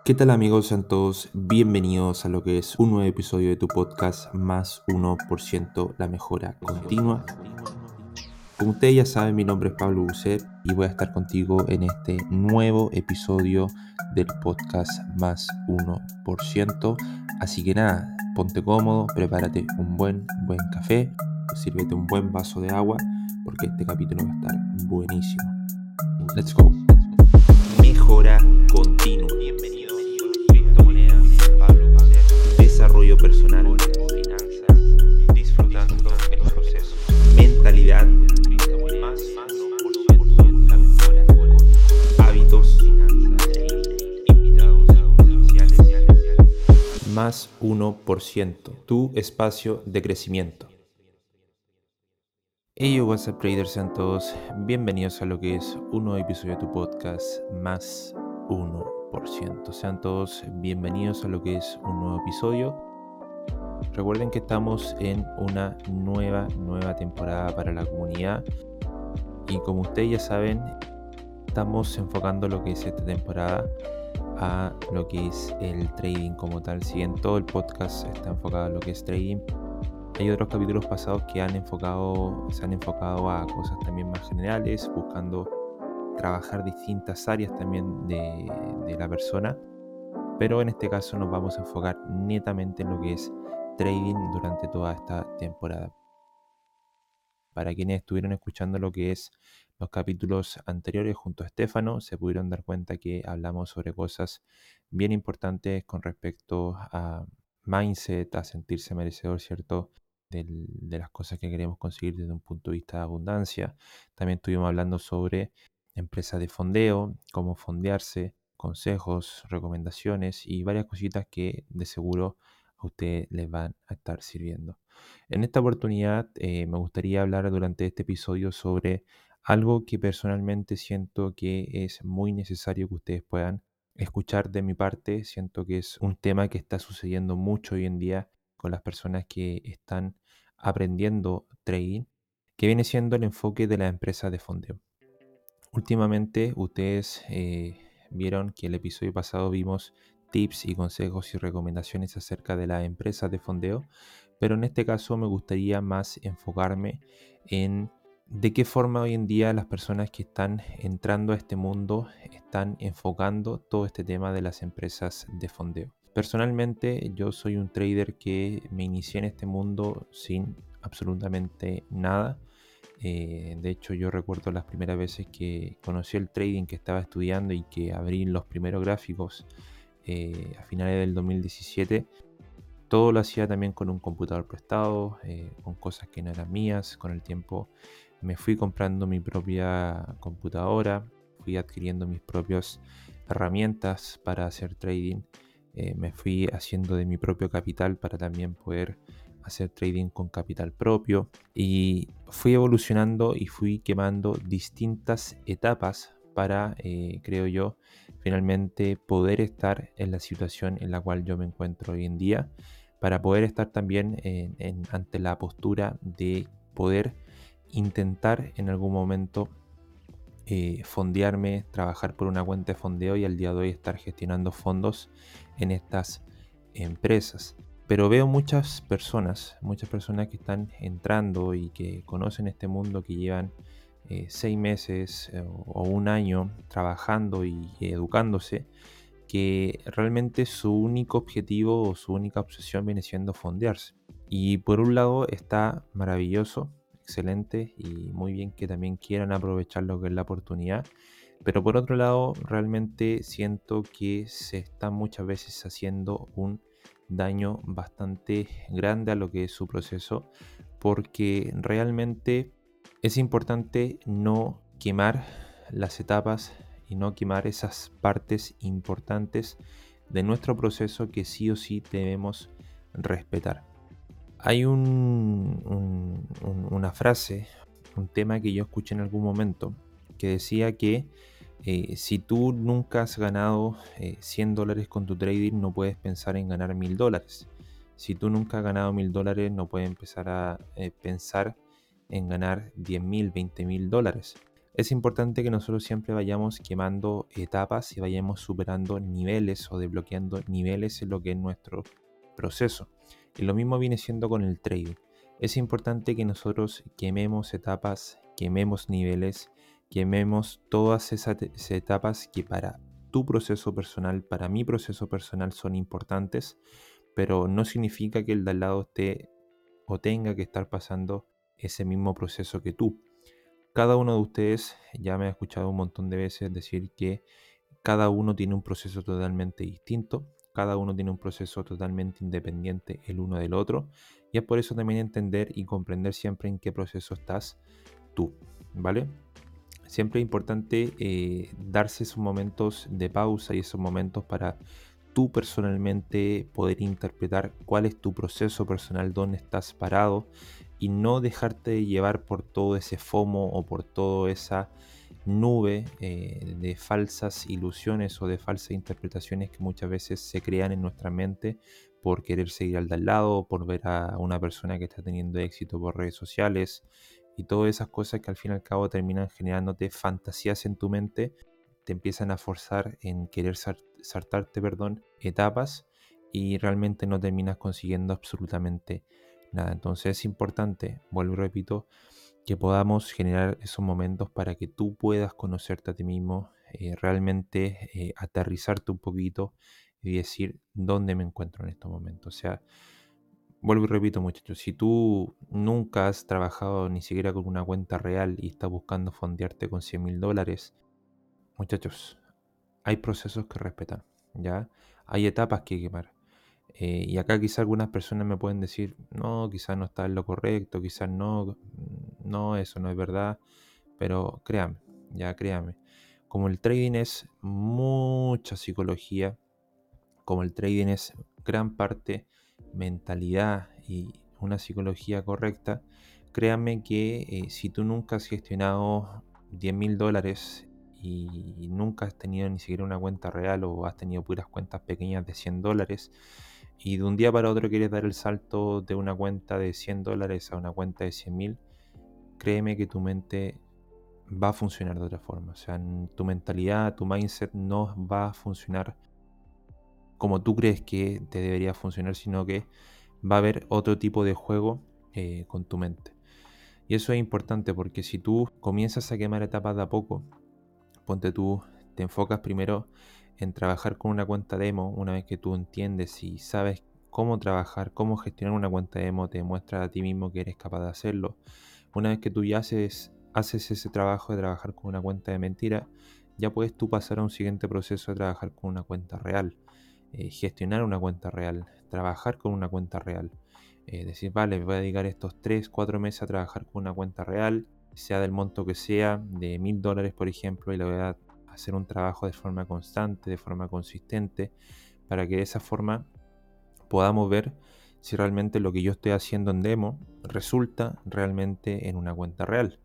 ¿Qué tal amigos? Sean todos bienvenidos a lo que es un nuevo episodio de tu podcast Más 1% la mejora continua. Como ustedes ya saben, mi nombre es Pablo Bucet y voy a estar contigo en este nuevo episodio del podcast Más 1%. Así que nada, ponte cómodo, prepárate un buen café, sírvete un buen vaso de agua porque este capítulo va a estar buenísimo. Let's go. Mejora continua. Bienvenido, criptomonedas, Pablo Bucet, desarrollo personal, finanzas, disfrutando el proceso, mentalidad, más 1% la mejora, hábitos, invitados especiales, más 1%, tu espacio de crecimiento. Hey, what's up traders, sean todos bienvenidos a lo que es un nuevo episodio de tu podcast Más 1%. Sean todos bienvenidos a lo que es un nuevo episodio. Recuerden que estamos en una nueva temporada para la comunidad y como ustedes ya saben, estamos enfocando lo que es esta temporada a lo que es el trading como tal. Si bien todo el podcast está enfocado a lo que es trading, hay otros capítulos pasados que se han enfocado a cosas también más generales, buscando trabajar distintas áreas también de la persona, pero en este caso nos vamos a enfocar netamente en lo que es trading durante toda esta temporada. Para quienes estuvieron escuchando lo que es los capítulos anteriores junto a Estefano, se pudieron dar cuenta que hablamos sobre cosas bien importantes con respecto a mindset, a sentirse merecedor, ¿cierto? De las cosas que queremos conseguir desde un punto de vista de abundancia. También estuvimos hablando sobre empresas de fondeo, cómo fondearse, consejos, recomendaciones y varias cositas que de seguro a ustedes les van a estar sirviendo. En esta oportunidad me gustaría hablar durante este episodio sobre algo que personalmente siento que es muy necesario que ustedes puedan escuchar de mi parte. Siento que es un tema que está sucediendo mucho hoy en día con las personas que están aprendiendo trading, que viene siendo el enfoque de las empresas de fondeo. Últimamente ustedes vieron que el episodio pasado vimos tips y consejos y recomendaciones acerca de las empresas de fondeo, pero en este caso me gustaría más enfocarme en de qué forma hoy en día las personas que están entrando a este mundo están enfocando todo este tema de las empresas de fondeo. Personalmente yo soy un trader que me inicié en este mundo sin absolutamente nada. De hecho, yo recuerdo las primeras veces que conocí el trading, que estaba estudiando y que abrí los primeros gráficos a finales del 2017. Todo lo hacía también con un computador prestado, con cosas que no eran mías. Con el tiempo me fui comprando mi propia computadora, fui adquiriendo mis propias herramientas para hacer trading. Me fui haciendo de mi propio capital para también poder hacer trading con capital propio y fui evolucionando y fui quemando distintas etapas para, creo yo, finalmente poder estar en la situación en la cual yo me encuentro hoy en día, para poder estar también ante la postura de poder intentar en algún momento fondearme, trabajar por una cuenta de fondeo y al día de hoy estar gestionando fondos en estas empresas. Pero veo muchas personas que están entrando y que conocen este mundo, que llevan 6 meses o un año trabajando y educándose, que realmente su único objetivo o su única obsesión viene siendo fondearse. Y por un lado está maravilloso, excelente y muy bien que también quieran aprovechar lo que es la oportunidad, pero por otro lado realmente siento que se está muchas veces haciendo un daño bastante grande a lo que es su proceso, porque realmente es importante no quemar las etapas y no quemar esas partes importantes de nuestro proceso que sí o sí debemos respetar. Hay una frase, un tema que yo escuché en algún momento, que decía que si tú nunca has ganado $100 con tu trading, no puedes pensar en ganar $1000. Si tú nunca has ganado $1000, no puedes empezar a pensar en ganar $10,000, $20,000. Es importante que nosotros siempre vayamos quemando etapas y vayamos superando niveles o desbloqueando niveles en lo que es nuestro proceso. Y lo mismo viene siendo con el trading. Es importante que nosotros quememos etapas, quememos niveles, quememos todas esas etapas que para tu proceso personal, para mi proceso personal son importantes, pero no significa que el de al lado esté o tenga que estar pasando ese mismo proceso que tú. Cada uno de ustedes ya me ha escuchado un montón de veces decir que cada uno tiene un proceso totalmente distinto, cada uno tiene un proceso totalmente independiente el uno del otro, y es por eso también entender y comprender siempre en qué proceso estás tú, ¿vale? Siempre es importante darse esos momentos de pausa y esos momentos para tú personalmente poder interpretar cuál es tu proceso personal, dónde estás parado y no dejarte llevar por todo ese FOMO o por toda esa nube de falsas ilusiones o de falsas interpretaciones que muchas veces se crean en nuestra mente por querer seguir al de al lado, por ver a una persona que está teniendo éxito por redes sociales y todas esas cosas que al fin y al cabo terminan generándote fantasías en tu mente, te empiezan a forzar en querer saltarte, etapas y realmente no terminas consiguiendo absolutamente nada. Entonces es importante, vuelvo y repito, que podamos generar esos momentos para que tú puedas conocerte a ti mismo, realmente aterrizarte un poquito y decir dónde me encuentro en estos momentos. O sea, vuelvo y repito, muchachos, si tú nunca has trabajado ni siquiera con una cuenta real y estás buscando fondearte con $100,000, muchachos, hay procesos que respetar, ¿ya? Hay etapas que quemar. Y acá quizás algunas personas me pueden decir, no, quizás no está en lo correcto, quizás no, no, eso no es verdad, pero créame, ya créame, como el trading es mucha psicología, como el trading es gran parte mentalidad y una psicología correcta, créanme que si tú nunca has gestionado $10,000 y nunca has tenido ni siquiera una cuenta real o has tenido puras cuentas pequeñas de $100 y de un día para otro quieres dar el salto de una cuenta de $100 a una cuenta de 100,000, créeme que tu mente va a funcionar de otra forma. O sea, tu mentalidad, tu mindset no va a funcionar como tú crees que te debería funcionar, sino que va a haber otro tipo de juego con tu mente. Y eso es importante porque si tú comienzas a quemar etapas de a poco, ponte tú, te enfocas primero en trabajar con una cuenta demo. Una vez que tú entiendes y sabes cómo trabajar, cómo gestionar una cuenta demo, te demuestras a ti mismo que eres capaz de hacerlo. Una vez que tú ya haces ese trabajo de trabajar con una cuenta de mentira, ya puedes tú pasar a un siguiente proceso de trabajar con una cuenta real, gestionar una cuenta real, trabajar con una cuenta real. Decir, vale, me voy a dedicar estos 3 4 meses a trabajar con una cuenta real, sea del monto que sea, de $1,000 por ejemplo, y le voy a hacer un trabajo de forma constante, de forma consistente, para que de esa forma podamos ver si realmente lo que yo estoy haciendo en demo resulta realmente en una cuenta real.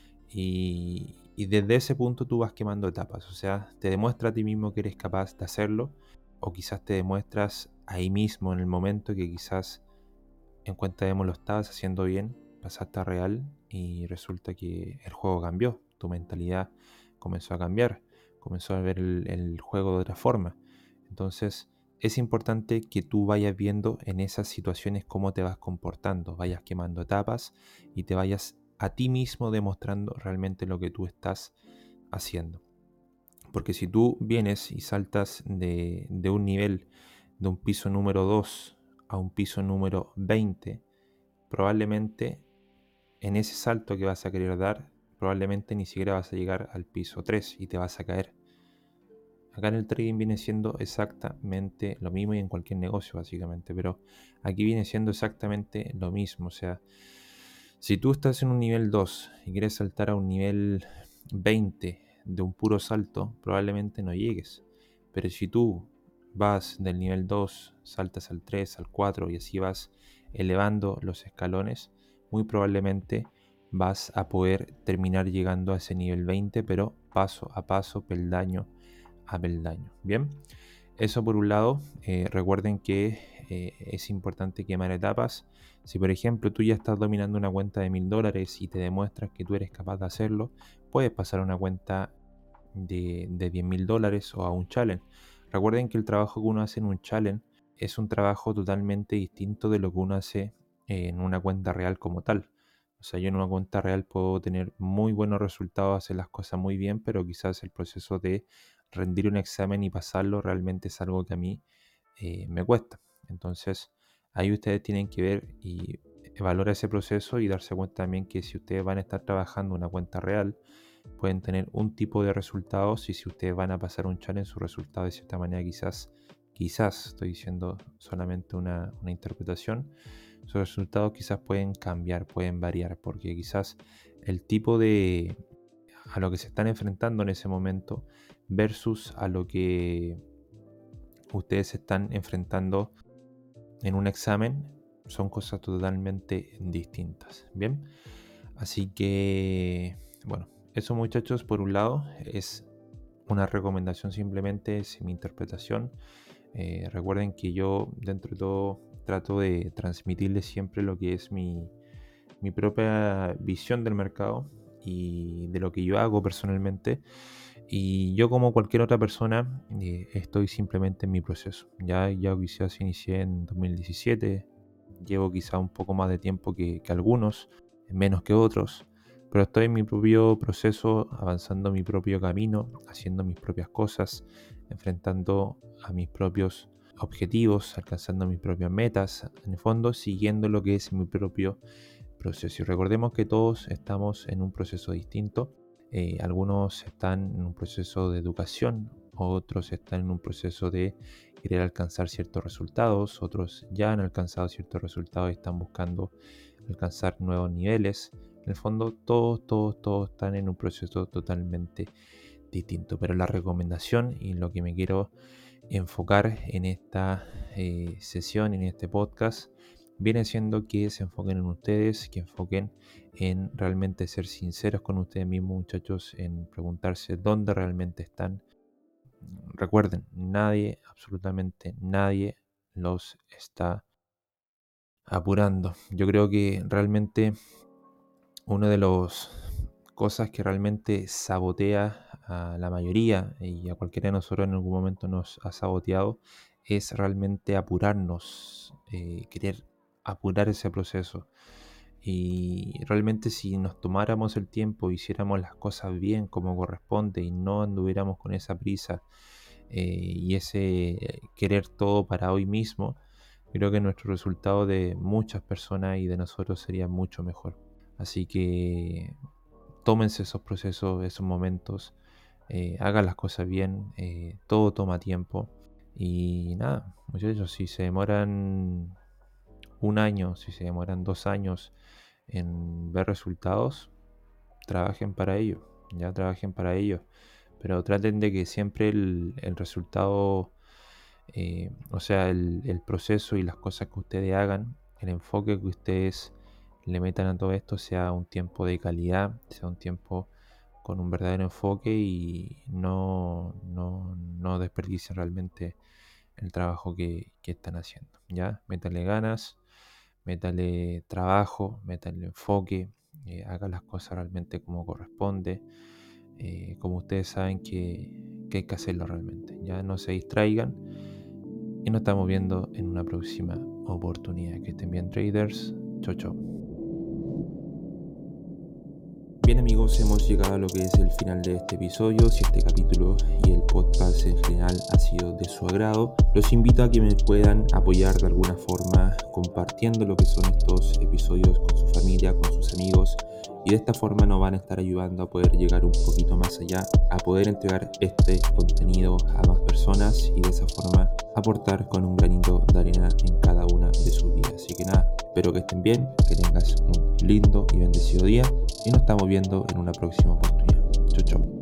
Y desde ese punto tú vas quemando etapas, o sea, te demuestra a ti mismo que eres capaz de hacerlo, o quizás te demuestras ahí mismo en el momento que quizás en cuenta demo lo estabas haciendo bien, pasaste a real y resulta que el juego cambió, tu mentalidad comenzó a cambiar, comenzó a ver el juego de otra forma. Entonces es importante que tú vayas viendo en esas situaciones cómo te vas comportando, vayas quemando etapas y te vayas a ti mismo demostrando realmente lo que tú estás haciendo. Porque si tú vienes y saltas de un nivel, de un piso número 2 a un piso número 20, probablemente en ese salto que vas a querer dar, probablemente ni siquiera vas a llegar al piso 3 y te vas a caer. Acá en el trading viene siendo exactamente lo mismo y en cualquier negocio básicamente, pero aquí viene siendo exactamente lo mismo. O sea, si tú estás en un nivel 2 y quieres saltar a un nivel 20 de un puro salto, probablemente no llegues. Pero si tú vas del nivel 2, saltas al 3, al 4 y así vas elevando los escalones, muy probablemente vas a poder terminar llegando a ese nivel 20, pero paso a paso, peldaño a peldaño. Bien, eso por un lado. Recuerden que es importante quemar etapas. Si por ejemplo tú ya estás dominando una cuenta de $1000 y te demuestras que tú eres capaz de hacerlo, puedes pasar a una cuenta de $10.000 o a un challenge. Recuerden que el trabajo que uno hace en un challenge es un trabajo totalmente distinto de lo que uno hace en una cuenta real como tal. O sea, yo en una cuenta real puedo tener muy buenos resultados, hacer las cosas muy bien, pero quizás el proceso de rendir un examen y pasarlo realmente es algo que a mí me cuesta. Entonces, ahí ustedes tienen que ver y evaluar ese proceso y darse cuenta también que si ustedes van a estar trabajando una cuenta real, pueden tener un tipo de resultados, y si ustedes van a pasar un challenge, su resultado de cierta manera quizás, estoy diciendo solamente una interpretación, sus resultados quizás pueden cambiar, pueden variar, porque quizás el tipo de a lo que se están enfrentando en ese momento versus a lo que ustedes se están enfrentando en un examen son cosas totalmente distintas. Bien, así que bueno, eso muchachos, por un lado es una recomendación, simplemente es mi interpretación. Recuerden que yo dentro de todo trato de transmitirles siempre lo que es mi propia visión del mercado y de lo que yo hago personalmente. Y yo, como cualquier otra persona, estoy simplemente en mi proceso. Ya quizás inicié en 2017, llevo quizá un poco más de tiempo que algunos, menos que otros, pero estoy en mi propio proceso, avanzando mi propio camino, haciendo mis propias cosas, enfrentando a mis propios objetivos, alcanzando mis propias metas, en el fondo siguiendo lo que es mi propio proceso. Y recordemos que todos estamos en un proceso distinto. Algunos están en un proceso de educación, otros están en un proceso de querer alcanzar ciertos resultados, otros ya han alcanzado ciertos resultados y están buscando alcanzar nuevos niveles. En el fondo, todos están en un proceso totalmente distinto. Pero la recomendación y lo que me quiero enfocar en esta sesión, en este podcast, viene siendo que se enfoquen en ustedes, que enfoquen en realmente ser sinceros con ustedes mismos, muchachos, en preguntarse dónde realmente están. Recuerden, nadie, absolutamente nadie, los está apurando. Yo creo que realmente una de las cosas que realmente sabotea a la mayoría y a cualquiera de nosotros en algún momento nos ha saboteado es realmente apurarnos, querer apurar ese proceso. Y realmente, si nos tomáramos el tiempo, hiciéramos las cosas bien como corresponde y no anduviéramos con esa prisa y ese querer todo para hoy mismo, creo que nuestro resultado de muchas personas y de nosotros sería mucho mejor. Así que tómense esos procesos, esos momentos, hagan las cosas bien, todo toma tiempo. Y nada, muchachos, si se demoran un año, si se demoran 2 años en ver resultados, trabajen para ello, ya trabajen para ello. Pero traten de que siempre el resultado, o sea, el proceso y las cosas que ustedes hagan, el enfoque que ustedes le metan a todo esto sea un tiempo de calidad, sea un tiempo con un verdadero enfoque y no desperdicien realmente el trabajo que están haciendo. Ya, métanle ganas, métanle trabajo, métanle enfoque, hagan las cosas realmente como corresponde, como ustedes saben que hay que hacerlo realmente. Ya, no se distraigan y nos estamos viendo en una próxima oportunidad. Que estén bien, traders. Chau, chau. Bien, amigos, hemos llegado a lo que es el final de este episodio. Si este capítulo y el podcast en general ha sido de su agrado, los invito a que me puedan apoyar de alguna forma compartiendo lo que son estos episodios con su familia, con sus amigos, y de esta forma nos van a estar ayudando a poder llegar un poquito más allá, a poder entregar este contenido a más personas y de esa forma aportar con un granito de arena en cada una de sus vidas. Así que nada, espero que estén bien, que tengas un lindo y bendecido día y nos estamos viendo en una próxima oportunidad. Chau, chau.